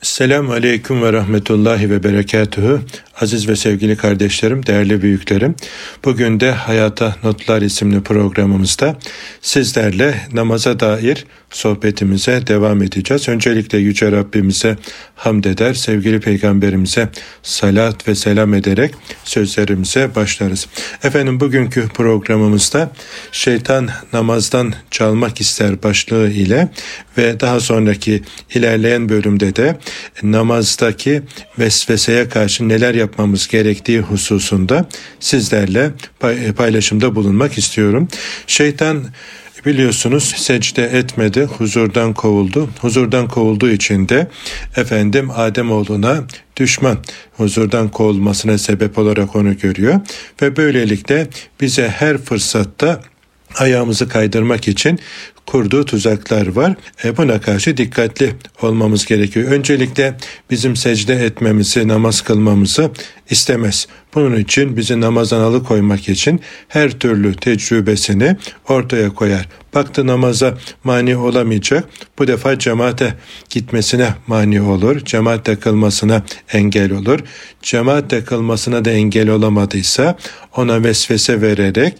Selamun Aleyküm ve Rahmetullahi ve Berekatuhu. Aziz ve sevgili kardeşlerim, değerli büyüklerim. Bugün de Hayata Notlar isimli programımızda sizlerle namaza dair sohbetimize devam edeceğiz. Öncelikle Yüce Rabbimize hamd eder, sevgili Peygamberimize salat ve selam ederek sözlerimize başlarız. Efendim, bugünkü programımızda şeytan namazdan çalmak ister başlığı ile ve daha sonraki ilerleyen bölümde de namazdaki vesveseye karşı neler yapmamız gerektiği hususunda sizlerle paylaşımda bulunmak istiyorum. Şeytan, biliyorsunuz, secde etmedi, huzurdan kovuldu. Huzurdan kovulduğu için de Ademoğluna düşman, huzurdan kovulmasına sebep olarak onu görüyor ve böylelikle bize her fırsatta ayağımızı kaydırmak için kurduğu tuzaklar var. Buna karşı dikkatli olmamız gerekiyor. Öncelikle bizim secde etmemizi, namaz kılmamızı istemez. Bunun için bizi namazdan alıkoymak için her türlü tecrübesini ortaya koyar. Baktı namaza mani olamayacak, bu defa cemaate gitmesine mani olur, cemaatle kılmasına engel olur. Cemaatle kılmasına da engel olamadıysa ona vesvese vererek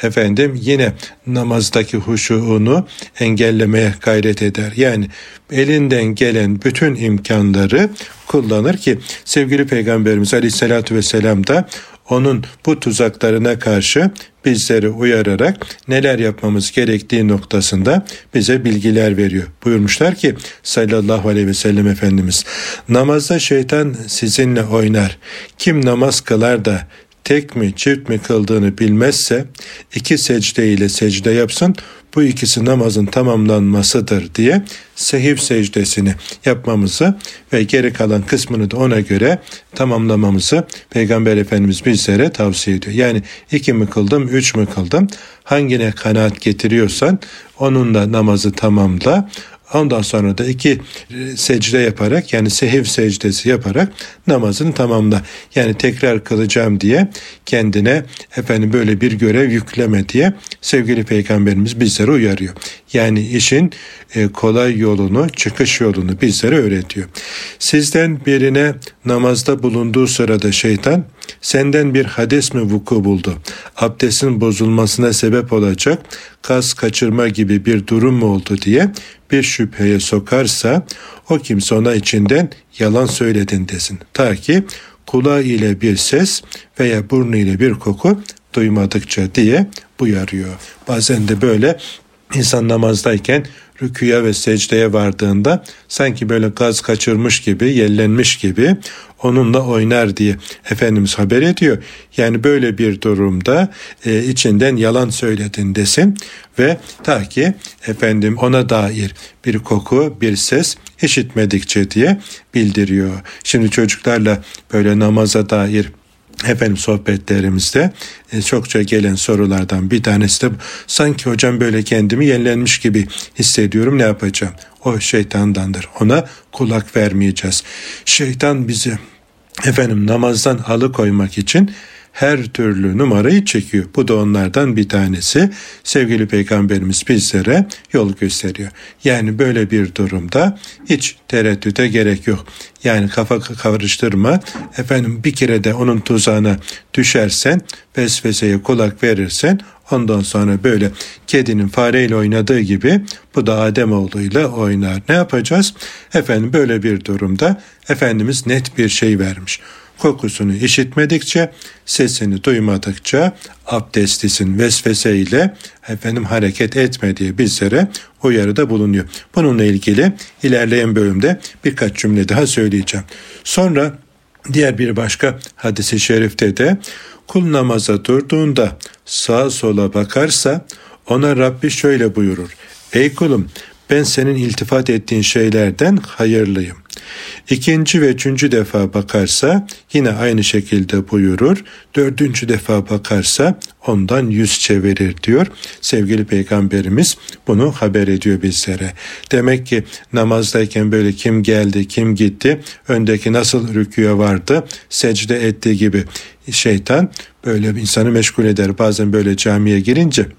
yine namazdaki huşuğunu engellemeye gayret eder. Yani elinden gelen bütün imkanları kullanır ki sevgili Peygamberimiz Aleyhisselatü Vesselam da onun bu tuzaklarına karşı bizleri uyararak neler yapmamız gerektiği noktasında bize bilgiler veriyor. Buyurmuşlar ki sallallahu aleyhi ve sellem Efendimiz, namazda şeytan sizinle oynar. Kim namaz kılar da tek mi çift mi kıldığını bilmezse 2 secde ile secde yapsın, bu ikisi namazın tamamlanmasıdır diye sehiv secdesini yapmamızı ve geri kalan kısmını da ona göre tamamlamamızı Peygamber Efendimiz bizlere tavsiye ediyor. Yani 2 mi kıldım, 3 mü kıldım, hangine kanaat getiriyorsan onunla namazı tamamla. Ondan sonra da 2 secde yaparak, yani sehiv secdesi yaparak namazını tamamla. Yani tekrar kılacağım diye kendine böyle bir görev yükleme diye sevgili Peygamberimiz bizlere uyarıyor. Yani işin kolay yolunu, çıkış yolunu bizlere öğretiyor. Sizden birine namazda bulunduğu sırada şeytan, senden bir hades mi vuku buldu, abdestin bozulmasına sebep olacak gaz kaçırma gibi bir durum mu oldu diye bir şüpheye sokarsa, o kimse ona içinden yalan söyledin desin. Ta ki kulağı ile bir ses veya burnu ile bir koku duymadıkça diye buyarıyor. Bazen de böyle insan namazdayken rüküye ve secdeye vardığında sanki böyle gaz kaçırmış gibi, yellenmiş gibi onunla oynar diye Efendimiz haber ediyor. Yani böyle bir durumda içinden yalan söyledin desin ve ta ki ona dair bir koku, bir ses işitmedikçe diye bildiriyor. Şimdi çocuklarla böyle namaza dair sohbetlerimizde çokça gelen sorulardan bir tanesi de sanki hocam böyle kendimi yenilenmiş gibi hissediyorum, ne yapacağım? O şeytandandır. Ona kulak vermeyeceğiz. Şeytan bizi namazdan alıkoymak için her türlü numarayı çekiyor. Bu da onlardan bir tanesi. Sevgili Peygamberimiz bizlere yol gösteriyor. Yani böyle bir durumda hiç tereddüte gerek yok. Yani kafa karıştırma. Bir kere de onun tuzağına düşersen, vesveseye kulak verirsen, ondan sonra böyle kedinin fareyle oynadığı gibi bu da Ademoğluyla oynar. Ne yapacağız? Böyle bir durumda Efendimiz net bir şey vermiş. Kokusunu işitmedikçe, sesini duymadıkça abdestlisin, vesveseyle hareket etme diye bizlere uyarıda bulunuyor. Bununla ilgili ilerleyen bölümde birkaç cümle daha söyleyeceğim. Sonra diğer bir başka hadis-i şerifte de kul namaza durduğunda sağa sola bakarsa ona Rabbi şöyle buyurur: ey kulum, ben senin iltifat ettiğin şeylerden hayırlıyım. 2. ve 3. defa bakarsa yine aynı şekilde buyurur. 4. defa bakarsa ondan yüz çevirir diyor. Sevgili Peygamberimiz bunu haber ediyor bizlere. Demek ki namazdayken böyle kim geldi, kim gitti, öndeki nasıl rüküye vardı, secde ettiği gibi şeytan böyle insanı meşgul eder. Bazen böyle camiye girince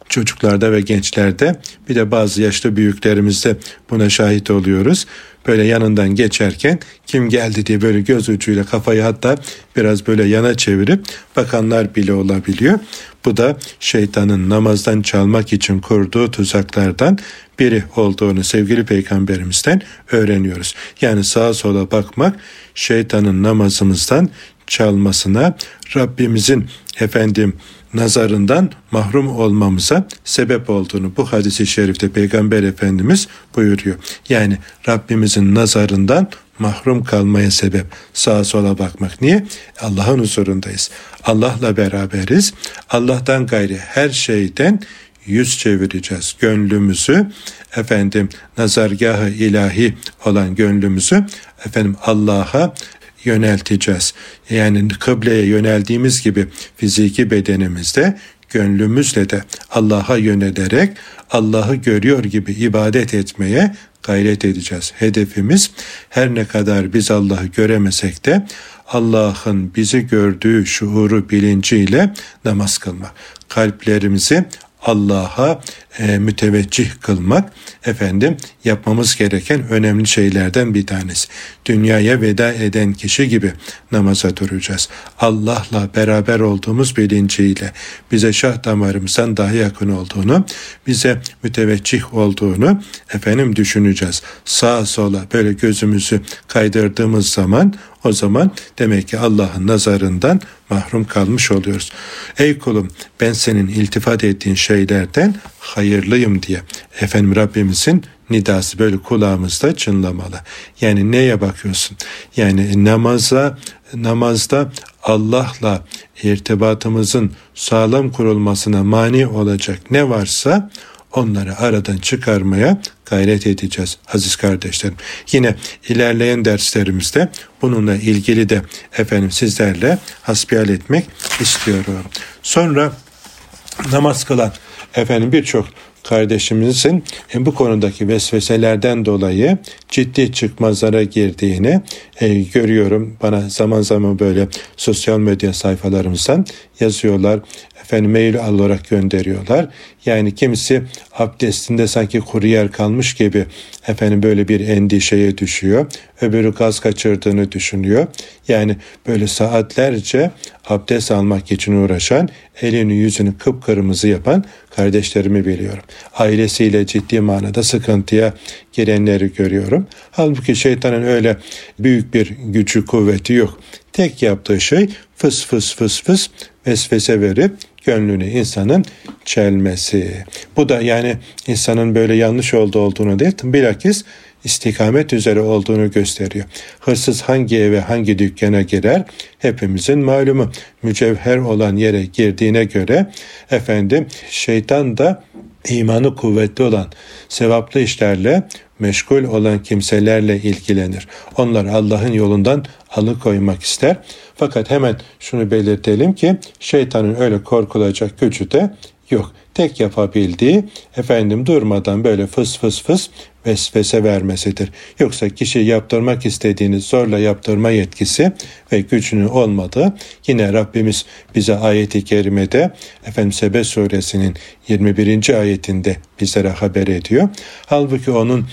çocuklarda ve gençlerde, bir de bazı yaşlı büyüklerimizde buna şahit oluyoruz. Böyle yanından geçerken kim geldi diye böyle göz ucuyla kafayı hatta biraz böyle yana çevirip bakanlar bile olabiliyor. Bu da şeytanın namazdan çalmak için kurduğu tuzaklardan biri olduğunu sevgili Peygamberimizden öğreniyoruz. Yani sağa sola bakmak şeytanın namazımızdan çalmasına, Rabbimizin nazarından mahrum olmamıza sebep olduğunu bu hadis-i şerifte Peygamber Efendimiz buyuruyor. Yani Rabbimizin nazarından mahrum kalmaya sebep sağa sola bakmak. Niye? Allah'ın huzurundayız. Allah'la beraberiz. Allah'tan gayri her şeyden yüz çevireceğiz. Gönlümüzü nazargâh-ı ilahi olan gönlümüzü Allah'a yönelteceğiz. Yani kıbleye yöneldiğimiz gibi fiziki bedenimizde gönlümüzle de Allah'a yönelerek Allah'ı görüyor gibi ibadet etmeye gayret edeceğiz. Hedefimiz her ne kadar biz Allah'ı göremesek de Allah'ın bizi gördüğü şuuru bilinciyle namaz kılmak. Kalplerimizi Allah'a müteveccih kılmak yapmamız gereken önemli şeylerden bir tanesi. Dünyaya veda eden kişi gibi namaza duracağız. Allah'la beraber olduğumuz bilinciyle bize şah damarımızdan daha yakın olduğunu, bize müteveccih olduğunu düşüneceğiz. Sağa sola böyle gözümüzü kaydırdığımız zaman o zaman demek ki Allah'ın nazarından mahrum kalmış oluyoruz. Ey kulum, ben senin iltifat ettiğin şeylerden hayırlıyım diye Rabbimizin nidası böyle kulağımızda çınlamalı. Yani neye bakıyorsun? Yani namazda Allah'la irtibatımızın sağlam kurulmasına mani olacak ne varsa onları aradan çıkarmaya gayret edeceğiz aziz kardeşlerim. Yine ilerleyen derslerimizde bununla ilgili de sizlerle hasbihal etmek istiyorum. Sonra namaz kılan birçok kardeşimizin bu konudaki vesveselerden dolayı ciddi çıkmazlara girdiğini görüyorum. Bana zaman zaman böyle sosyal medya sayfalarımızdan yazıyorlar. Mail olarak gönderiyorlar. Yani kimisi abdestinde sanki kuru yer kalmış gibi böyle bir endişeye düşüyor. Öbürü gaz kaçırdığını düşünüyor. Yani böyle saatlerce abdest almak için uğraşan, elini yüzünü kıpkırmızı yapan kardeşlerimi biliyorum. Ailesiyle ciddi manada sıkıntıya girenleri görüyorum. Halbuki şeytanın öyle büyük bir gücü, kuvveti yok. Tek yaptığı şey fıs vesvese verip gönlünü insanın çelmesi. Bu da yani insanın böyle yanlış olduğunu değil, bilakis istikamet üzere olduğunu gösteriyor. Hırsız hangi eve, hangi dükkana girer? Hepimizin malumu. Mücevher olan yere girdiğine göre şeytan da imanı kuvvetli olan, sevaplı işlerle meşgul olan kimselerle ilgilenir. Onlar Allah'ın yolundan alıkoymak ister. Fakat hemen şunu belirtelim ki şeytanın öyle korkulacak gücü de yok. Tek yapabildiği durmadan böyle fıs vesvese vermesidir. Yoksa kişi yaptırmak istediğini zorla yaptırma yetkisi ve gücünün olmadığı yine Rabbimiz bize ayet-i kerimede Sebe suresinin 21. ayetinde bizlere haber ediyor. Halbuki onun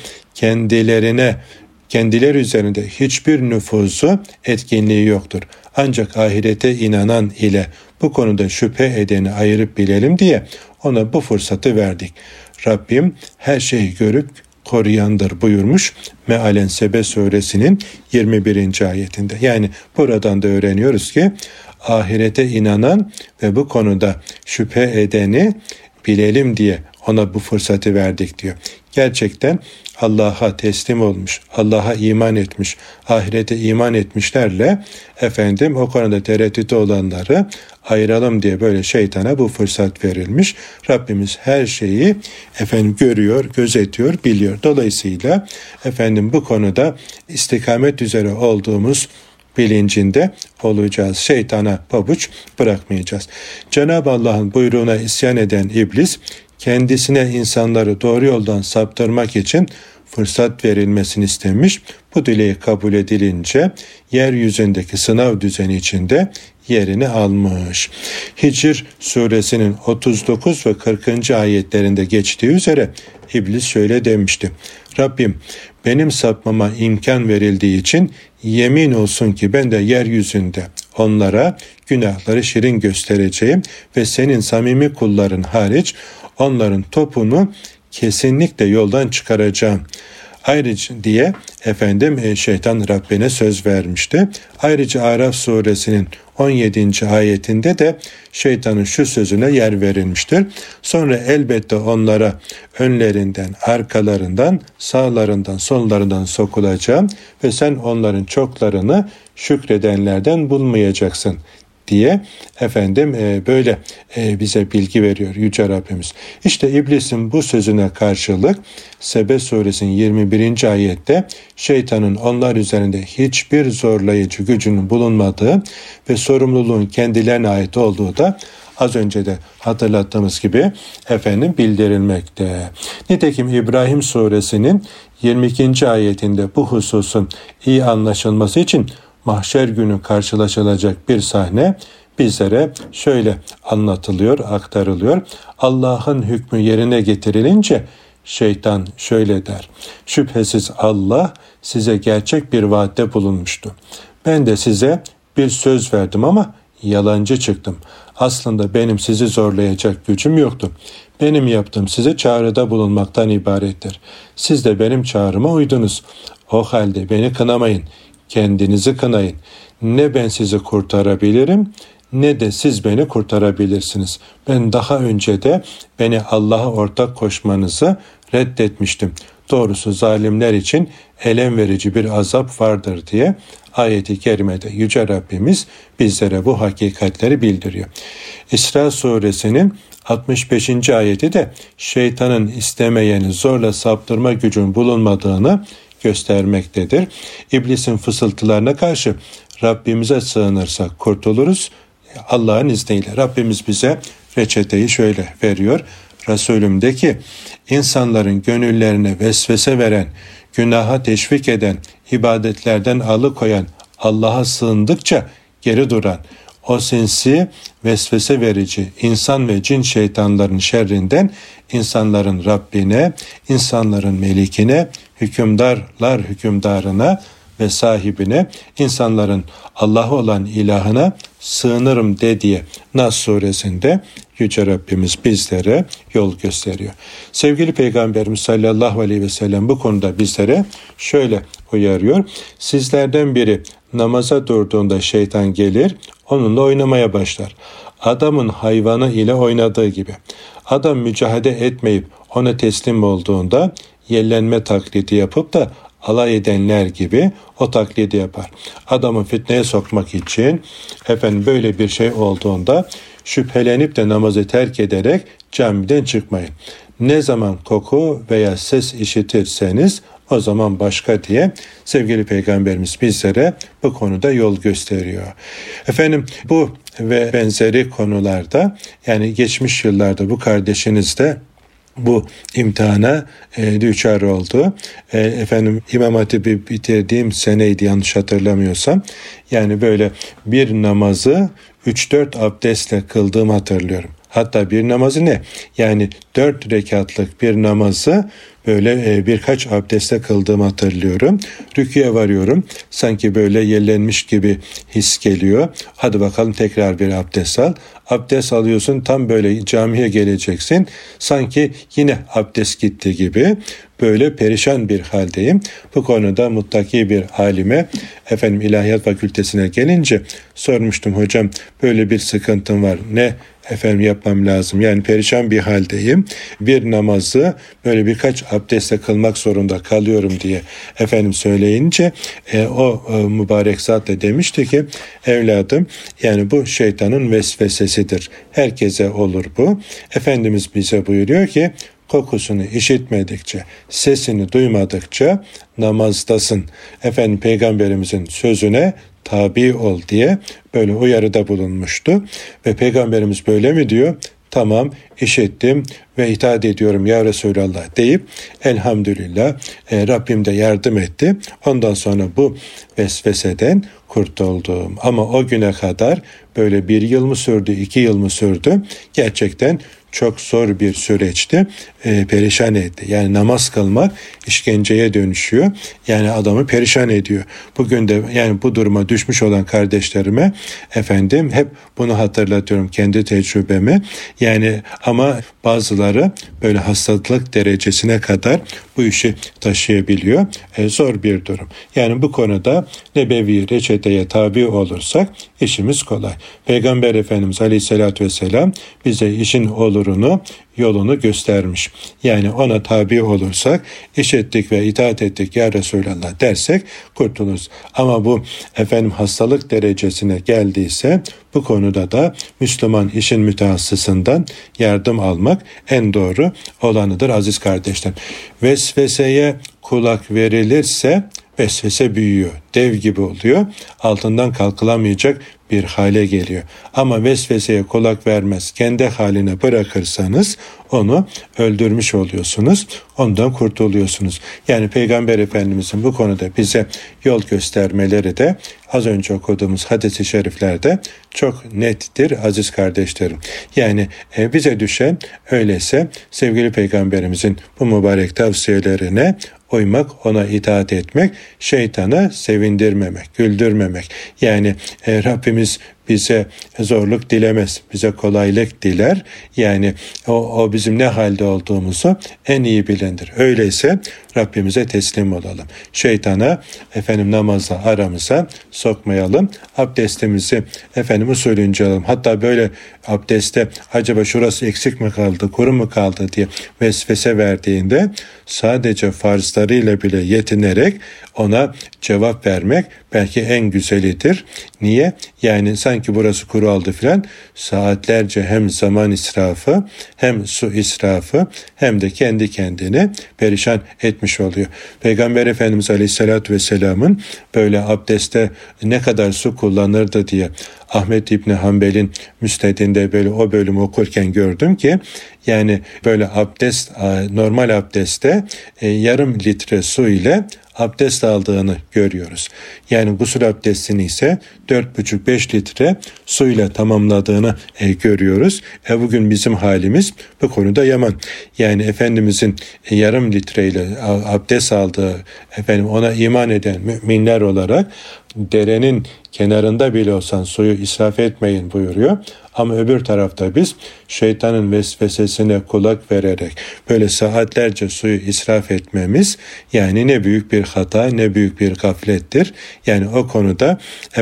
kendileri üzerinde hiçbir nüfuzu, etkinliği yoktur. Ancak ahirete inanan ile bu konuda şüphe edeni ayırıp bilelim diye ona bu fırsatı verdik. Rabbim her şeyi görüp koruyandır buyurmuş Mealen Sebe suresinin 21. ayetinde. Yani buradan da öğreniyoruz ki ahirete inanan ve bu konuda şüphe edeni bilelim diye ona bu fırsatı verdik diyor. Gerçekten Allah'a teslim olmuş, Allah'a iman etmiş, ahirete iman etmişlerle o konuda tereddütü olanları ayıralım diye böyle şeytana bu fırsat verilmiş. Rabbimiz her şeyi görüyor, gözetiyor, biliyor. Dolayısıyla bu konuda istikamet üzere olduğumuz bilincinde olacağız. Şeytana pabuç bırakmayacağız. Cenab-ı Allah'ın buyruğuna isyan eden iblis kendisine insanları doğru yoldan saptırmak için fırsat verilmesini istemiş. Bu dileği kabul edilince yeryüzündeki sınav düzeni içinde yerini almış. Hicr suresinin 39 ve 40. ayetlerinde geçtiği üzere İblis şöyle demişti: Rabbim, benim sapmama imkan verildiği için yemin olsun ki ben de yeryüzünde onlara günahları şirin göstereceğim ve senin samimi kulların hariç onların topunu kesinlikle yoldan çıkaracağım. Ayrıca diye şeytan Rabbine söz vermişti. Ayrıca Araf suresinin 17. ayetinde de şeytanın şu sözüne yer verilmiştir. Sonra elbette onlara önlerinden, arkalarından, sağlarından, sollarından sokulacağım ve sen onların çoklarını şükredenlerden bulmayacaksın diye böyle bize bilgi veriyor Yüce Rabbimiz. İşte iblisin bu sözüne karşılık Sebe suresinin 21. ayette şeytanın onlar üzerinde hiçbir zorlayıcı gücünün bulunmadığı ve sorumluluğun kendilerine ait olduğu da az önce de hatırlattığımız gibi bildirilmekte. Nitekim İbrahim suresinin 22. ayetinde bu hususun iyi anlaşılması için mahşer günü karşılaşılacak bir sahne bizlere şöyle anlatılıyor, aktarılıyor. Allah'ın hükmü yerine getirilince şeytan şöyle der: şüphesiz Allah size gerçek bir vaatte bulunmuştu. Ben de size bir söz verdim ama yalancı çıktım. Aslında benim sizi zorlayacak gücüm yoktu. Benim yaptığım size çağrıda bulunmaktan ibarettir. Siz de benim çağrıma uydunuz. O halde beni kınamayın. Kendinizi kınayın. Ne ben sizi kurtarabilirim ne de siz beni kurtarabilirsiniz. Ben daha önce de beni Allah'a ortak koşmanızı reddetmiştim. Doğrusu zalimler için elem verici bir azap vardır diye ayet-i kerimede Yüce Rabbimiz bizlere bu hakikatleri bildiriyor. İsra suresinin 65. ayeti de şeytanın istemeyeni zorla saptırma gücün bulunmadığını göstermektedir. İblisin fısıltılarına karşı Rabbimize sığınırsak kurtuluruz. Allah'ın izniyle Rabbimiz bize reçeteyi şöyle veriyor. Resulüm de ki, insanların gönüllerine vesvese veren, günaha teşvik eden, ibadetlerden alıkoyan, Allah'a sığındıkça geri duran, o sinsi, vesvese verici insan ve cin şeytanların şerrinden insanların Rabbine, insanların Melikine, hükümdarlar hükümdarına ve sahibine, insanların Allah'ı olan ilahına sığınırım de diye Nas suresinde Yüce Rabbimiz bizlere yol gösteriyor. Sevgili Peygamberimiz sallallahu aleyhi ve sellem bu konuda bizlere şöyle uyarıyor. Sizlerden biri namaza durduğunda şeytan gelir, onunla oynamaya başlar. Adamın hayvanı ile oynadığı gibi. Adam mücadele etmeyip ona teslim olduğunda yellenme taklidi yapıp da alay edenler gibi o taklidi yapar. Adamı fitneye sokmak için böyle bir şey olduğunda şüphelenip de namazı terk ederek camiden çıkmayın. Ne zaman koku veya ses işitirseniz o zaman başka diye sevgili Peygamberimiz bizlere bu konuda yol gösteriyor. Bu ve benzeri konularda yani geçmiş yıllarda bu kardeşiniz de bu imtihana düçar oldu. İmam Hatip'i bitirdiğim seneydi yanlış hatırlamıyorsam. Yani böyle bir namazı 3-4 abdestle kıldığımı hatırlıyorum. Hatta bir namazı ne? Yani 4 rekatlık bir namazı böyle birkaç abdestle kıldığımı hatırlıyorum. Rüküye varıyorum. Sanki böyle yellenmiş gibi his geliyor. Hadi bakalım tekrar bir abdest al. Abdest alıyorsun, tam böyle camiye geleceksin. Sanki yine abdest gitti gibi. Böyle perişan bir haldeyim. Bu konuda muttaki bir alime İlahiyat Fakültesine gelince sormuştum, hocam böyle bir sıkıntım var. Ne yapmam lazım? Yani perişan bir haldeyim. Bir namazı böyle birkaç abdestle kılmak zorunda kalıyorum diye söyleyince o mübarek zat da demişti ki, evladım yani bu şeytanın vesvesesidir. Herkese olur bu. Efendimiz bize buyuruyor ki, kokusunu işitmedikçe, sesini duymadıkça namazdasın. Peygamberimizin sözüne tabi ol diye böyle uyarıda bulunmuştu. Ve Peygamberimiz böyle mi diyor? Tamam, işittim ve itaat ediyorum ya Resulallah deyip elhamdülillah Rabbim de yardım etti. Ondan sonra bu vesveseden kurtuldum. Ama o güne kadar böyle 1 yıl mı sürdü, 2 yıl mı sürdü? Gerçekten çok zor bir süreçti. Perişan etti. Yani namaz kılmak işkenceye dönüşüyor. Yani adamı perişan ediyor. Bugün de yani bu duruma düşmüş olan kardeşlerime hep bunu hatırlatıyorum, kendi tecrübemi. Yani ama bazıları böyle hastalık derecesine kadar bu işi taşıyabiliyor. Zor bir durum. Yani bu konuda nebevi reçeteye tabi olursak işimiz kolay. Peygamber Efendimiz Aleyhisselatü Vesselam bize işin olurunu, yolunu göstermiş. Yani ona tabi olursak, işittik ve itaat ettik ya Resulallah dersek kurtuluruz. Ama bu hastalık derecesine geldiyse bu konuda da Müslüman işin mütehassısından yardım almak en doğru olanıdır aziz kardeşlerim. Vesveseye kulak verilirse vesvese büyüyor, dev gibi oluyor, altından kalkılamayacak bir hale geliyor. Ama vesveseye kulak vermez, kendi haline bırakırsanız onu öldürmüş oluyorsunuz, ondan kurtuluyorsunuz. Yani Peygamber Efendimizin bu konuda bize yol göstermeleri de az önce okuduğumuz hadis-i şeriflerde çok nettir aziz kardeşlerim. Yani bize düşen öyleyse sevgili Peygamberimizin bu mübarek tavsiyelerine uymak, ona itaat etmek, şeytana sevindirmemek, güldürmemek. Yani Rabbimiz bize zorluk dilemez, bize kolaylık diler. Yani o bizim ne halde olduğumuzu en iyi bilendir. Öyleyse Rabbimize teslim olalım. Şeytana namazla aramıza sokmayalım. Abdestimizi usulünce alalım. Hatta böyle abdestte acaba şurası eksik mi kaldı, kuru mu kaldı diye vesvese verdiğinde sadece farzlarıyla bile yetinerek ona cevap vermek belki en güzelidir. Niye? Yani sanki burası kuru aldı filan, saatlerce hem zaman israfı, hem su israfı, hem de kendi kendini perişan etmiş oluyor. Peygamber Efendimiz Aleyhisselatü Vesselam'ın böyle abdestte ne kadar su kullanırdı diye Ahmet İbni Hanbel'in Müsned'inde böyle o bölümü okurken gördüm ki yani böyle normal abdestte yarım litre su ile abdest aldığını görüyoruz. Yani gusül abdestini ise 4,5-5 litre suyla tamamladığını görüyoruz. Bugün bizim halimiz bu konuda yaman. Yani Efendimizin yarım litreyle abdest aldığı, ona iman eden müminler olarak derenin kenarında bile olsan suyu israf etmeyin buyuruyor. Ama öbür tarafta biz şeytanın vesvesesine kulak vererek böyle saatlerce suyu israf etmemiz yani ne büyük bir hata, ne büyük bir gaflettir. Yani o konuda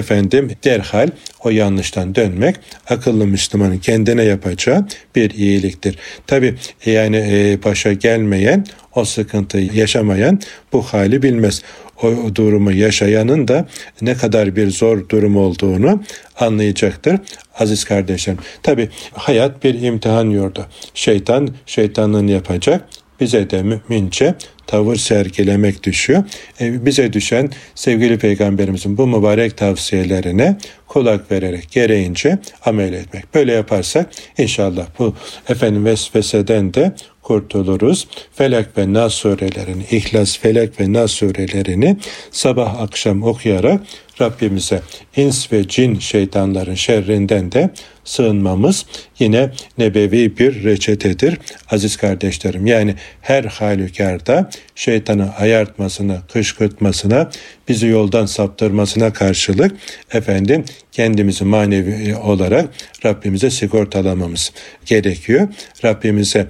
derhal o yanlıştan dönmek akıllı Müslümanın kendine yapacağı bir iyiliktir. Tabii yani başa gelmeyen, o sıkıntıyı yaşamayan bu hali bilmez. O durumu yaşayanın da ne kadar bir zor durum olduğunu anlayacaktır aziz kardeşlerim. Tabii hayat bir imtihan yurdu. Şeytan şeytanlığını yapacak. Bize de mümince tavır sergilemek düşüyor. Bize düşen sevgili Peygamberimizin bu mübarek tavsiyelerine kulak vererek gereğince amel etmek. Böyle yaparsak inşallah bu vesveseden de kurtuluruz. Felak ve Nas surelerini, İhlas, Felak ve Nas surelerini sabah akşam okuyarak Rabbimize ins ve cin şeytanların şerrinden de sığınmamız yine nebevi bir reçetedir aziz kardeşlerim. Yani her halükarda şeytanı ayartmasına, kışkırtmasına, bizi yoldan saptırmasına karşılık kendimizi manevi olarak Rabbimize sigortalamamız gerekiyor. Rabbimize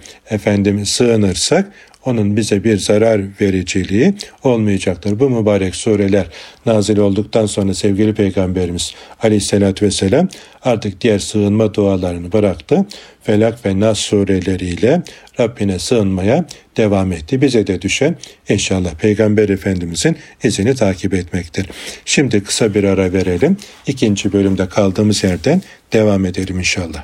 sığınırsak onun bize bir zarar vericiliği olmayacaktır. Bu mübarek sureler nazil olduktan sonra sevgili Peygamberimiz Aleyhisselatü Vesselam artık diğer sığınma dualarını bıraktı. Felak ve Nas sureleriyle Rabbine sığınmaya devam etti. Bize de düşen inşallah Peygamber Efendimizin izini takip etmektir. Şimdi kısa bir ara verelim. 2. bölümde kaldığımız yerden devam edelim inşallah.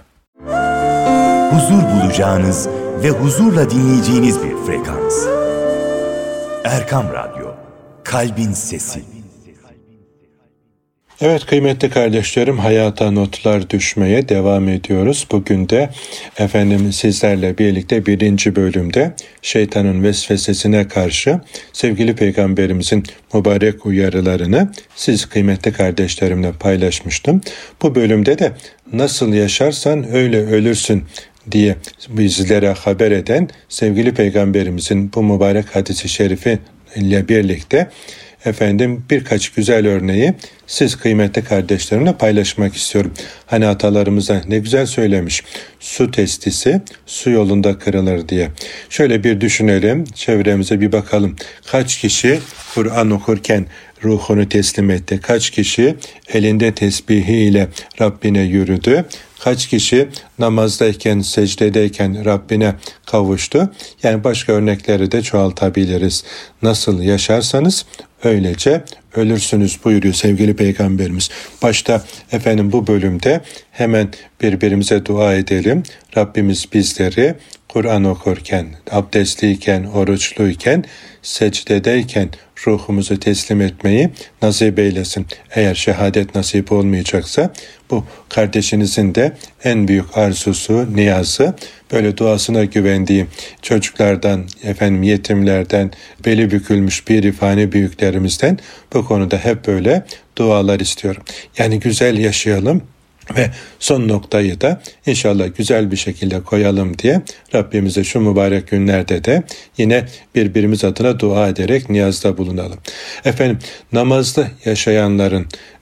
Huzur bulacağınız ve huzurla dinleyeceğiniz bir frekans. Erkam Radyo, Kalbin Sesi. Evet kıymetli kardeşlerim, hayata notlar düşmeye devam ediyoruz. Bugün de sizlerle birlikte 1. bölümde şeytanın vesvesesine karşı sevgili peygamberimizin mübarek uyarılarını siz kıymetli kardeşlerimle paylaşmıştım. Bu bölümde de nasıl yaşarsan öyle ölürsün diye bizlere haber eden sevgili peygamberimizin bu mübarek hadisi şerifi ile birlikte birkaç güzel örneği siz kıymetli kardeşlerimle paylaşmak istiyorum. Hani atalarımıza ne güzel söylemiş. Su testisi su yolunda kırılır diye. Şöyle bir düşünelim, çevremize bir bakalım. Kaç kişi Kur'an okurken ruhunu teslim etti? Kaç kişi elinde tesbihiyle Rabbine yürüdü? Kaç kişi namazdayken, secdedeyken Rabbine kavuştu? Yani başka örnekleri de çoğaltabiliriz. Nasıl yaşarsanız öylece ölürsünüz buyuruyor sevgili peygamberimiz. Başta bu bölümde hemen birbirimize dua edelim. Rabbimiz bizleri Kur'an okurken, abdestliyken, oruçluyken, secdedeyken ruhumuzu teslim etmeyi nasip eylesin. Eğer şehadet nasip olmayacaksa bu kardeşinizin de en büyük arzusu, niyazı, böyle duasına güvendiği çocuklardan, yetimlerden, beli bükülmüş bir irfani büyüklerimizden bu konuda hep böyle dualar istiyorum. Yani güzel yaşayalım ve son noktayı da inşallah güzel bir şekilde koyalım diye Rabbimize şu mübarek günlerde de yine birbirimiz adına dua ederek niyazda bulunalım. Namazda yaşayanların,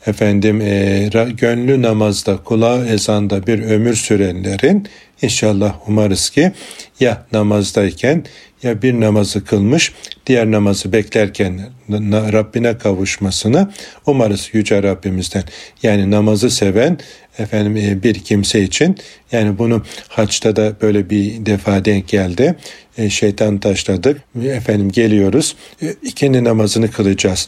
gönlü namazda, kulağı ezanda bir ömür sürenlerin inşallah umarız ki ya namazdayken ya bir namazı kılmış, diğer namazı beklerken Rabbine kavuşmasını umarız Yüce Rabbimizden. Yani namazı seven bir kimse için, yani bunu haçta da böyle bir defa denk geldi. Şeytan taşladık. Geliyoruz. İkindi namazını kılacağız.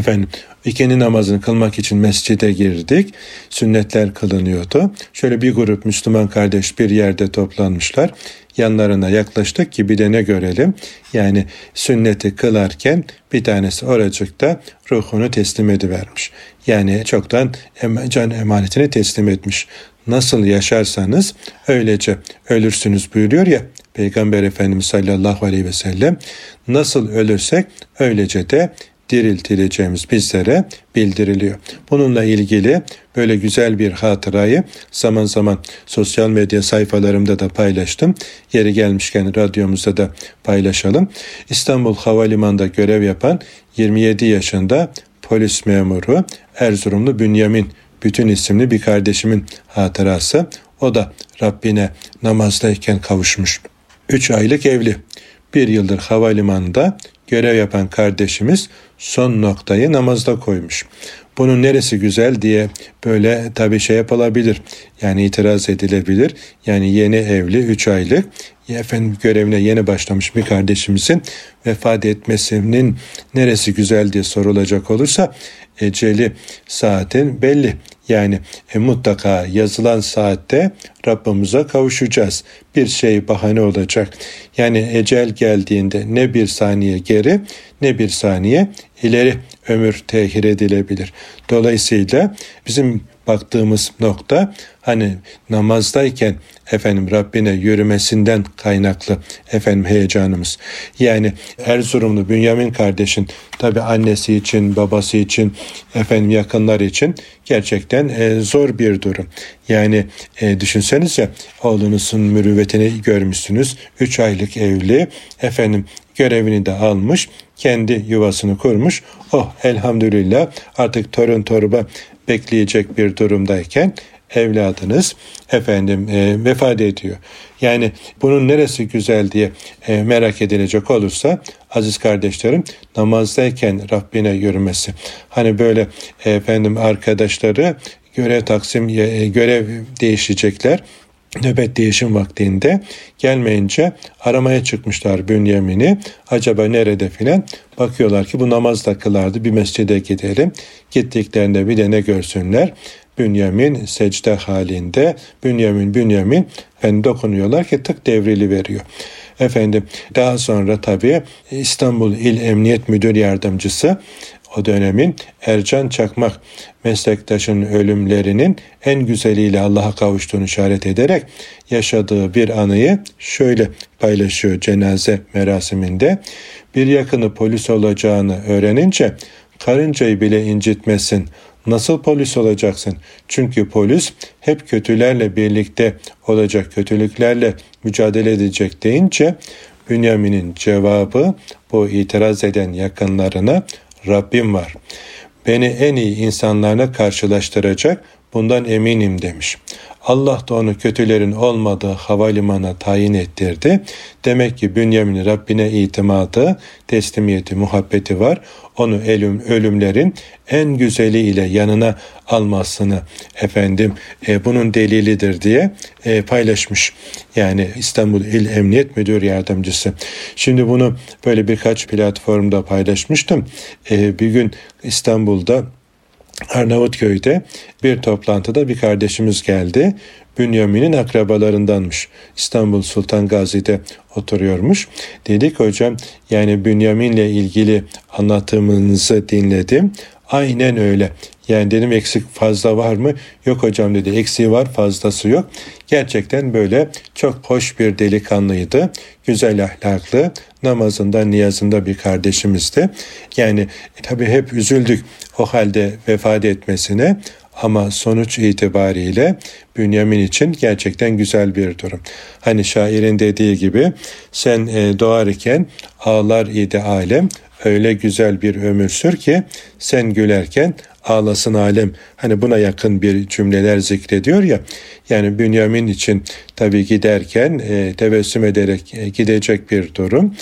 İkindi namazını kılmak için mescide girdik. Sünnetler kılınıyordu. Şöyle bir grup Müslüman kardeş bir yerde toplanmışlar. Yanlarına yaklaştık ki bir de ne görelim? Yani sünneti kılarken bir tanesi oracıkta ruhunu teslim edivermiş. Yani çoktan can emanetini teslim etmiş. Nasıl yaşarsanız öylece ölürsünüz buyuruyor ya Peygamber Efendimiz sallallahu aleyhi ve sellem. Nasıl ölürsek öylece de diriltileceğimiz bizlere bildiriliyor. Bununla ilgili böyle güzel bir hatırayı zaman zaman sosyal medya sayfalarımda da paylaştım. Yeri gelmişken radyomuzda da paylaşalım. İstanbul Havalimanı'nda görev yapan 27 yaşında polis memuru Erzurumlu Bünyamin Bütün isimli bir kardeşimin hatırası. O da Rabbine namazdayken kavuşmuş. 3 aylık evli. 1 yıldır havalimanında görev yapan kardeşimiz son noktayı namazda koymuş. Bunun neresi güzel diye böyle tabii yapılabilir. Yani itiraz edilebilir. Yani yeni evli 3 aylık görevine yeni başlamış bir kardeşimizin vefat etmesinin neresi güzel diye sorulacak olursa eceli saatin belli. Yani mutlaka yazılan saatte Rabbimize kavuşacağız. Bir şey bahane olacak. Yani ecel geldiğinde ne bir saniye geri ne bir saniye ileri ömür tehir edilebilir. Dolayısıyla bizim baktığımız nokta namazdayken Rabbine yürümesinden kaynaklı heyecanımız. Yani Erzurumlu Bünyamin kardeşin tabi annesi için, babası için, yakınlar için gerçekten zor bir durum. Yani düşünsenize oğlunuzun mürüvvetini görmüşsünüz. 3 aylık evli, görevini de almış, kendi yuvasını kurmuş. Oh elhamdülillah artık torun torba bekleyecek bir durumdayken evladınız vefat ediyor. Yani bunun neresi güzel diye merak edilecek olursa aziz kardeşlerim namazdayken Rabbine yürümesi. Böyle arkadaşları görev değişecekler. Nöbet değişim vaktinde gelmeyince aramaya çıkmışlar Bünyamin'i. Acaba nerede filan? Bakıyorlar ki bu namazda kılardı, bir mescide gidelim. Gittiklerinde bir de ne görsünler? Bünyamin secde halinde. Bünyamin dokunuyorlar ki tık devrili veriyor. Daha sonra tabii İstanbul İl Emniyet Müdür Yardımcısı o dönemin Ercan Çakmak meslektaşının ölümlerinin en güzeliyle Allah'a kavuştuğunu işaret ederek yaşadığı bir anıyı şöyle paylaşıyor cenaze merasiminde. Bir yakını polis olacağını öğrenince karıncayı bile incitmesin. Nasıl polis olacaksın? Çünkü polis hep kötülerle birlikte olacak, kötülüklerle mücadele edecek deyince Bünyamin'in cevabı bu itiraz eden yakınlarına Rabbim var. Beni en iyi insanlarla karşılaştıracak, bundan eminim demiş. Allah da onu kötülerin olmadığı havalimanına tayin ettirdi. Demek ki Bünyamin'in Rabbine itimadı, teslimiyeti, muhabbeti var. Onu ölümlerin en güzeliyle yanına almasını bunun delilidir diye paylaşmış. Yani İstanbul İl Emniyet Müdür Yardımcısı. Şimdi bunu böyle birkaç platformda paylaşmıştım. Bir gün İstanbul'da Arnavutköy'de bir toplantıda bir kardeşimiz geldi. Bünyamin'in akrabalarındanmış. İstanbul Sultan Gazi'de oturuyormuş. Dedik hocam yani Bünyamin'le ilgili anlatımınızı dinledim. Aynen öyle. Yani dedim eksik fazla var mı? Yok hocam dedi. Eksiği var, fazlası yok. Gerçekten böyle çok hoş bir delikanlıydı. Güzel ahlaklı, namazında, niyazında bir kardeşimizdi. Yani tabii hep üzüldük o halde vefat etmesine. Ama sonuç itibariyle Bünyamin için gerçekten güzel bir durum. Hani şairin dediği gibi sen doğarken ağlar idi alem, öyle güzel bir ömür sür ki sen gülerken ağlasın alem. Hani buna yakın bir cümleler zikrediyor ya. Yani Bünyamin için tabii giderken tebessüm ederek gidecek bir durum.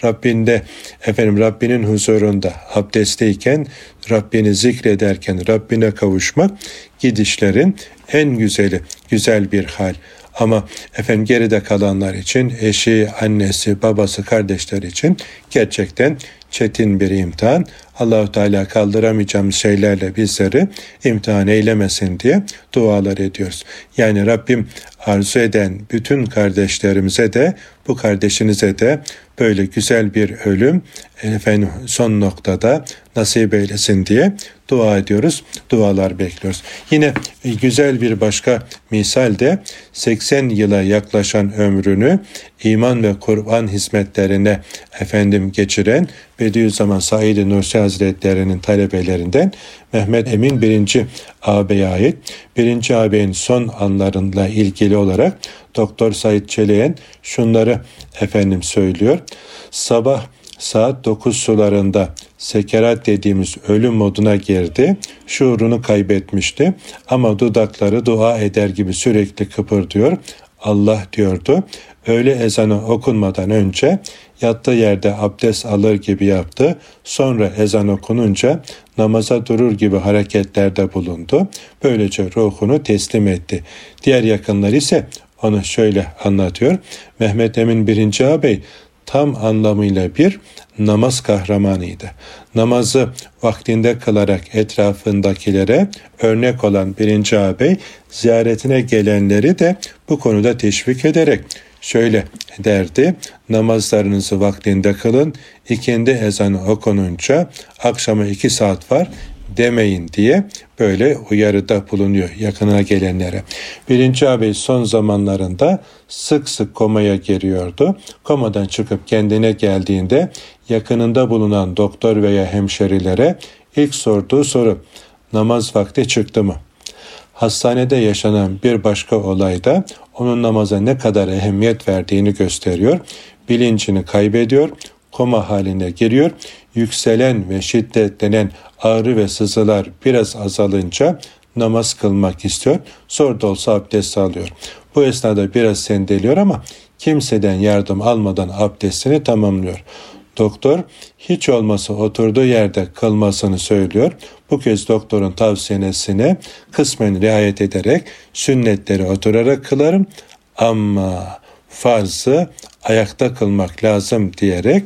Rabbinin huzurunda abdestteyken, Rabbini zikrederken Rabbine kavuşmak gidişlerin en güzeli, güzel bir hal. Ama geride kalanlar için eşi, annesi, babası, kardeşler için gerçekten çetin bir imtihan. Allah-u Teala kaldıramayacağımız şeylerle bizleri imtihan eylemesin diye dualar ediyoruz. Yani Rabbim arzu eden bütün kardeşlerimize de bu kardeşinize de böyle güzel bir ölüm son noktada nasip eylesin diye dua ediyoruz. Dualar bekliyoruz. Yine güzel bir başka misal de 80 yıla yaklaşan ömrünü iman ve Kur'an hizmetlerine geçiren Bediüzzaman Said Nursi Hazretleri'nin talebelerinden Mehmet Emin 1. ağabeye ait. 1. ağabeyin son anlarıyla ilgili olarak Doktor Said Çeleyen şunları söylüyor. Sabah saat 9 sularında sekerat dediğimiz ölüm moduna girdi. Şuurunu kaybetmişti ama dudakları dua eder gibi sürekli kıpırdıyor. Allah diyordu. Öğle ezanı okunmadan önce yattığı yerde abdest alır gibi yaptı. Sonra ezan okununca namaza durur gibi hareketlerde bulundu. Böylece ruhunu teslim etti. Diğer yakınlar ise onu şöyle anlatıyor. Mehmet Emin 1. ağabey tam anlamıyla bir namaz kahramanıydı. Namazı vaktinde kılarak etrafındakilere örnek olan 1. ağabey ziyaretine gelenleri de bu konuda teşvik ederek şöyle derdi: namazlarınızı vaktinde kılın, ikindi ezanı okununca akşama 2 saat var demeyin diye böyle uyarıda bulunuyor yakınına gelenlere. 1. ağabey son zamanlarında sık sık komaya giriyordu. Komadan çıkıp kendine geldiğinde yakınında bulunan doktor veya hemşerilere ilk sorduğu soru: namaz vakti çıktı mı? Hastanede yaşanan bir başka olay da onun namaza ne kadar ehemmiyet verdiğini gösteriyor. Bilincini kaybediyor, koma haline giriyor. Yükselen ve şiddetlenen ağrı ve sızılar biraz azalınca namaz kılmak istiyor. Zor da olsa abdest alıyor. Bu esnada biraz sendeliyor ama kimseden yardım almadan abdestini tamamlıyor. Doktor hiç olmasa oturduğu yerde kılmasını söylüyor. Bu kez doktorun tavsiyesine kısmen riayet ederek sünnetleri oturarak kılarım ama farzı ayakta kılmak lazım diyerek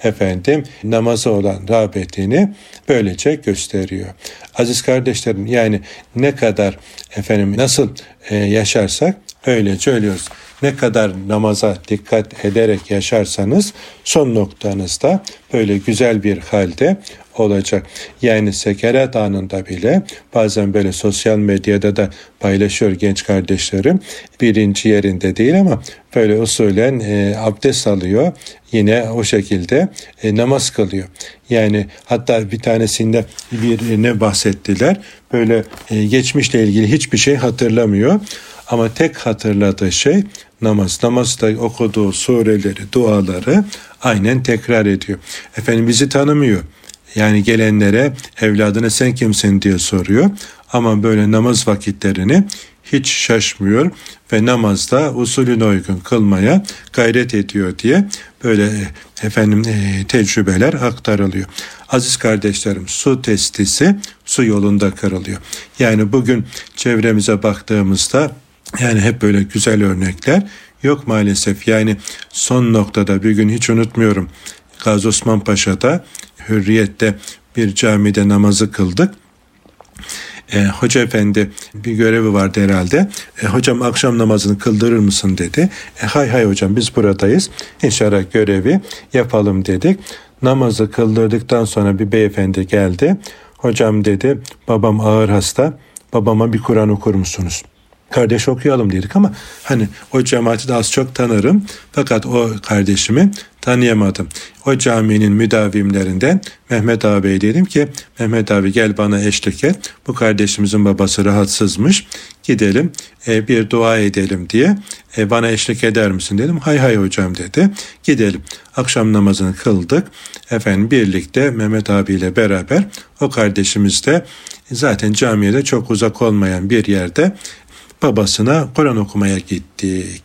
namaza olan rağbetini böylece gösteriyor. Aziz kardeşlerim, yani ne kadar nasıl yaşarsak Öylece ölüyoruz. Ne kadar namaza dikkat ederek yaşarsanız son noktanızda böyle güzel bir halde olacak. Yani sekerat anında bile bazen böyle sosyal medyada da paylaşıyor genç kardeşlerim. Bilinci yerinde değil ama böyle usulen abdest alıyor. Yine o şekilde namaz kılıyor. Yani hatta bir tanesinde birine bahsettiler. Böyle geçmişle ilgili hiçbir şey hatırlamıyor. Ama tek hatırladığı şey namaz. Namazda okuduğu sureleri, duaları aynen tekrar ediyor. Bizi tanımıyor. Yani gelenlere evladına sen kimsin diye soruyor. Ama böyle namaz vakitlerini hiç şaşmıyor ve namazda usulüne uygun kılmaya gayret ediyor diye böyle tecrübeler aktarılıyor. Aziz kardeşlerim, su testisi su yolunda kırılıyor. Yani bugün çevremize baktığımızda yani hep böyle güzel örnekler yok maalesef. Yani son noktada bir gün hiç unutmuyorum. Gazi Osman Paşa'da Hürriyet'te bir camide namazı kıldık. Hoca efendi bir görevi vardı herhalde. Hocam akşam namazını kıldırır mısın dedi. Hay hocam biz buradayız. İnşallah görevi yapalım dedik. Namazı kıldırdıktan sonra bir beyefendi geldi. Hocam dedi babam ağır hasta. Babama bir Kur'an okur musunuz? Kardeş okuyalım dedik ama hani o cemaati de az çok tanırım. Fakat o kardeşimi tanıyamadım. O caminin müdavimlerinden Mehmet abi dedim ki Mehmet abi gel bana eşlik et. Bu kardeşimizin babası rahatsızmış. Gidelim bir dua edelim diye. Bana eşlik eder misin dedim. Hay hocam dedi. Gidelim. Akşam namazını kıldık. Birlikte Mehmet abiyle beraber o kardeşimiz de zaten camiye de çok uzak olmayan bir yerde babasına Kur'an okumaya gittik.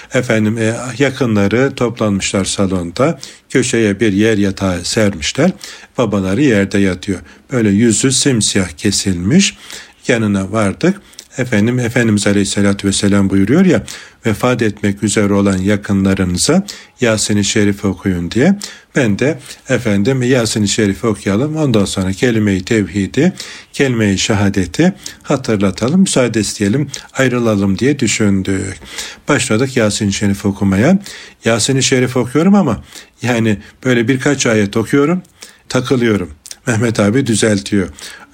Yakınları toplanmışlar salonda. Köşeye bir yer yatağı sermişler. Babaları yerde yatıyor. Böyle yüzü simsiyah kesilmiş. Yanına vardık. Efendimiz Aleyhisselatü Vesselam buyuruyor ya, vefat etmek üzere olan yakınlarınıza Yasin-i Şerif okuyun diye. Ben de Yasin-i Şerif okuyalım. Ondan sonra kelime-i tevhidi, kelime-i şehadeti hatırlatalım, müsaade isteyelim, ayrılalım diye düşündük. Başladık Yasin-i Şerif okumaya. Yasin-i Şerif okuyorum ama yani böyle birkaç ayet okuyorum, takılıyorum. Mehmet abi düzeltiyor.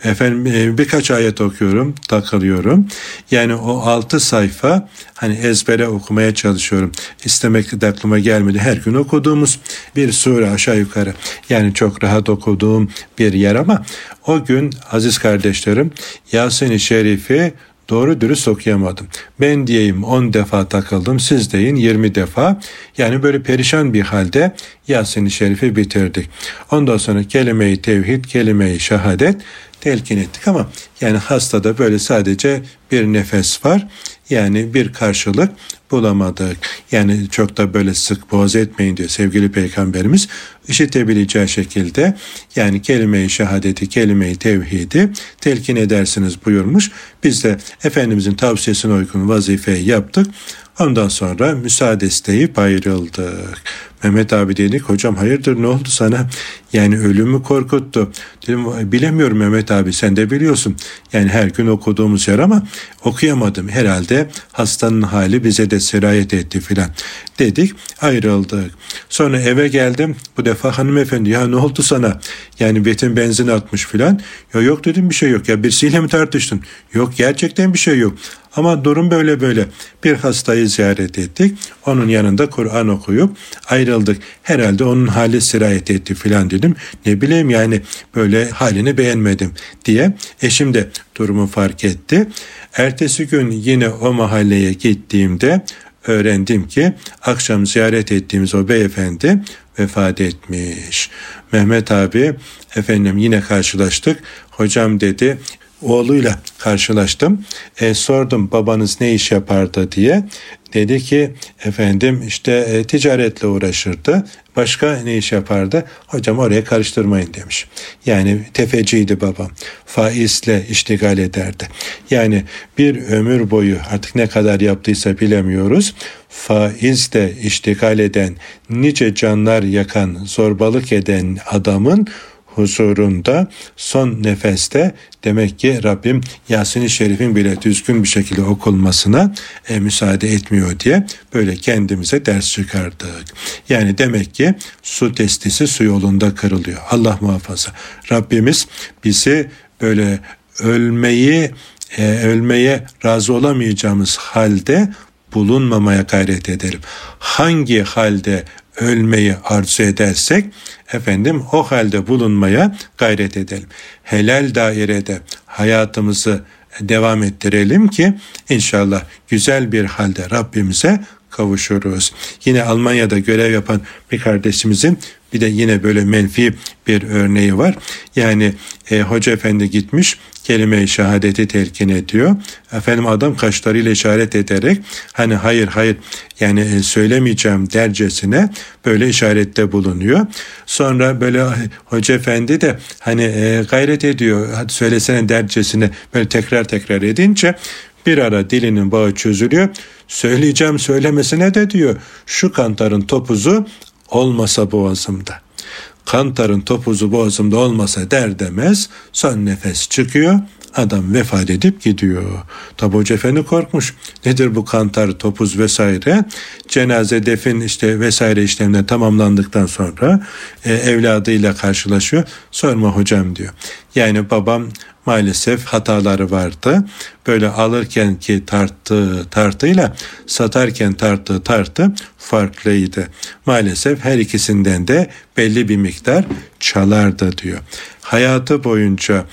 Birkaç ayet okuyorum, takılıyorum. Yani o 6 sayfa ezbere okumaya çalışıyorum. İstemek de aklıma gelmedi. Her gün okuduğumuz bir sure aşağı yukarı. Yani çok rahat okuduğum bir yer ama o gün aziz kardeşlerim Yasin-i Şerif'i doğru dürüst okuyamadım. Ben diyeyim 10 defa takıldım, siz deyin 20 defa. Yani böyle perişan bir halde Yasin-i Şerif'i bitirdik. Ondan sonra kelime-i tevhid, kelime-i şehadet telkin ettik ama yani hastada böyle sadece bir nefes var. Yani bir karşılık bulamadık. Yani çok da böyle sık boğaz etmeyin diyor sevgili Peygamberimiz. İşitebileceği şekilde yani kelime-i şehadeti, kelime-i tevhidi telkin edersiniz buyurmuş. Biz de Efendimizin tavsiyesine uygun vazifeyi yaptık. Ondan sonra müsaade isteyip ayrıldık. Mehmet abi dedik, hocam hayırdır ne oldu sana? Yani ölümü korkuttu. Dedim bilemiyorum Mehmet abi, sen de biliyorsun. Yani her gün okuduğumuz yer ama okuyamadım. Herhalde hastanın hali bize de sirayet etti filan dedik, ayrıldık. Sonra eve geldim. Bu defa hanımefendi ya ne oldu sana? Yani Betin benzin atmış filan. Ya yok dedim, bir şey yok. Ya birisiyle mi tartıştın? Yok gerçekten bir şey yok. Ama durum böyle. Bir hastayı ziyaret ettik. Onun yanında Kur'an okuyup ayrıldık. Herhalde onun hali sirayet etti filan dedim. Ne bileyim yani böyle halini beğenmedim diye. Eşim de durumu fark etti. Ertesi gün yine o mahalleye gittiğimde öğrendim ki akşam ziyaret ettiğimiz o beyefendi vefat etmiş. Mehmet abi yine karşılaştık. Hocam dedi, oğluyla karşılaştım. Sordum babanız ne iş yapardı diye. Dedi ki ticaretle uğraşırdı. Başka ne iş yapardı? Hocam oraya karıştırmayın demiş. Yani tefeciydi babam. Faizle iştigal ederdi. Yani bir ömür boyu artık ne kadar yaptıysa bilemiyoruz. Faizle iştigal eden, nice canlar yakan, zorbalık eden adamın huzurunda son nefeste demek ki Rabbim Yasin-i Şerif'in bile düzgün bir şekilde okunmasına müsaade etmiyor diye böyle kendimize ders çıkardık. Yani demek ki su testisi su yolunda kırılıyor. Allah muhafaza. Rabbimiz bizi böyle ölmeye razı olamayacağımız halde bulunmamaya gayret edelim. Hangi halde ölmeyi arzu edersek o halde bulunmaya gayret edelim. Helal dairede hayatımızı devam ettirelim ki inşallah güzel bir halde Rabbimize kavuşuruz. Yine Almanya'da görev yapan bir kardeşimizin bir de yine böyle menfi bir örneği var. Yani hoca efendi gitmiş kelime-i şehadeti telkin ediyor. Adam kaşlarıyla işaret ederek hani hayır yani söylemeyeceğim dercesine böyle işarette bulunuyor. Sonra böyle hoca efendi de gayret ediyor. Hadi söylesene dercesine böyle tekrar edince bir ara dilinin bağı çözülüyor. Söyleyeceğim söylemesine de diyor şu kantarın topuzu olmasa boğazımda. Kantarın topuzu boğazımda olmasa der demez son nefes çıkıyor. Adam vefat edip gidiyor. Tabi Hoca Efendi korkmuş. Nedir bu kantar, topuz vesaire? Cenaze, defin vesaire işlemler tamamlandıktan sonra evladıyla karşılaşıyor. Sorma hocam diyor. Yani babam maalesef hataları vardı. Böyle alırken ki tartıyla satarken tartı farklıydı. Maalesef her ikisinden de belli bir miktar çalardı diyor. Hayatı boyunca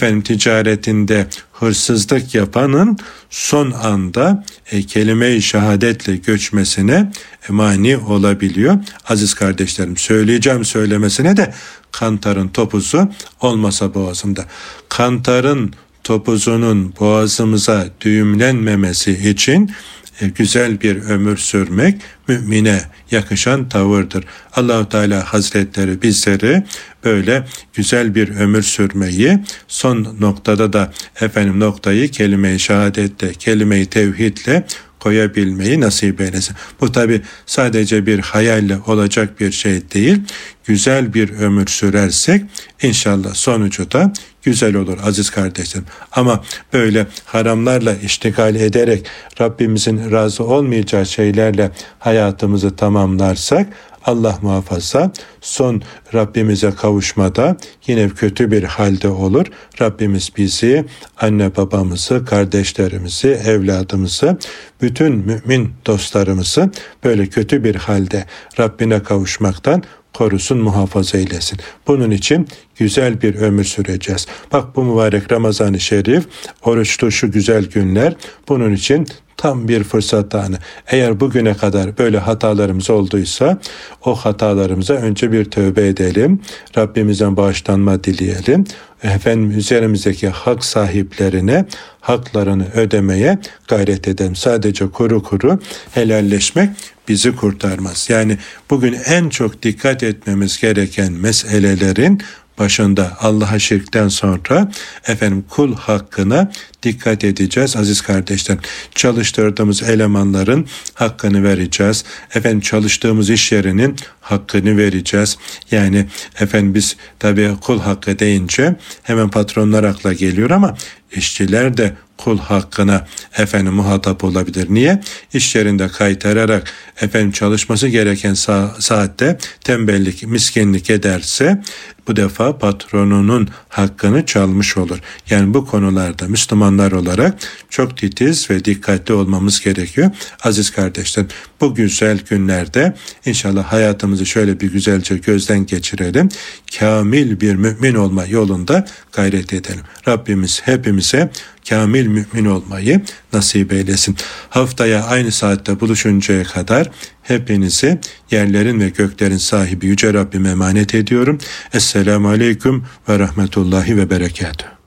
ticaretinde hırsızlık yapanın son anda kelime-i şehadetle göçmesine mani olabiliyor. Aziz kardeşlerim, söyleyeceğim söylemesine de kantarın topuzu olmasa boğazımda. Kantarın topuzunun boğazımıza düğümlenmemesi için güzel bir ömür sürmek mümine yakışan tavırdır. Allah-u Teala Hazretleri bizleri böyle güzel bir ömür sürmeyi, son noktada da noktayı kelime-i şehadetle, kelime-i tevhidle koyabilmeyi nasip eylesin. Bu tabi sadece bir hayalle olacak bir şey değil. Güzel bir ömür sürersek inşallah sonucu da güzel olur aziz kardeşlerim. Ama böyle haramlarla iştigal ederek Rabbimizin razı olmayacağı şeylerle hayatımızı tamamlarsak Allah muhafaza son Rabbimize kavuşmada yine kötü bir halde olur. Rabbimiz bizi, anne babamızı, kardeşlerimizi, evladımızı, bütün mümin dostlarımızı böyle kötü bir halde Rabbine kavuşmaktan korusun, muhafaza eylesin. Bunun için güzel bir ömür süreceğiz. Bak bu mübarek Ramazan-ı Şerif, oruçlu şu güzel günler bunun için tam bir fırsat anı. Eğer bugüne kadar böyle hatalarımız olduysa o hatalarımıza önce bir tövbe edelim. Rabbimizden bağışlanma dileyelim. Üzerimizdeki hak sahiplerine haklarını ödemeye gayret edelim. Sadece kuru helalleşmek bizi kurtarmaz. Yani bugün en çok dikkat etmemiz gereken meselelerin başında Allah'a şirkten sonra kul hakkına dikkat edeceğiz aziz kardeşler. Çalıştırdığımız elemanların hakkını vereceğiz. Çalıştığımız iş yerinin hakkını vereceğiz. Yani biz tabii kul hakkı deyince hemen patronlar akla geliyor ama işçiler de kul hakkına muhatap olabilir. Niye? İş yerinde kaytararak çalışması gereken saatte tembellik, miskinlik ederse bu defa patronunun hakkını çalmış olur. Yani bu konularda Müslümanlar olarak çok titiz ve dikkatli olmamız gerekiyor. Aziz kardeşlerim, bu güzel günlerde inşallah hayatımızı şöyle bir güzelce gözden geçirelim. Kamil bir mümin olma yolunda gayret edelim. Rabbimiz hepimize kamil mümin olmayı nasip eylesin. Haftaya aynı saatte buluşuncaya kadar hepinizi yerlerin ve göklerin sahibi Yüce Rabbime emanet ediyorum. Esselamu Aleyküm ve Rahmetullahi ve Berekatuhu.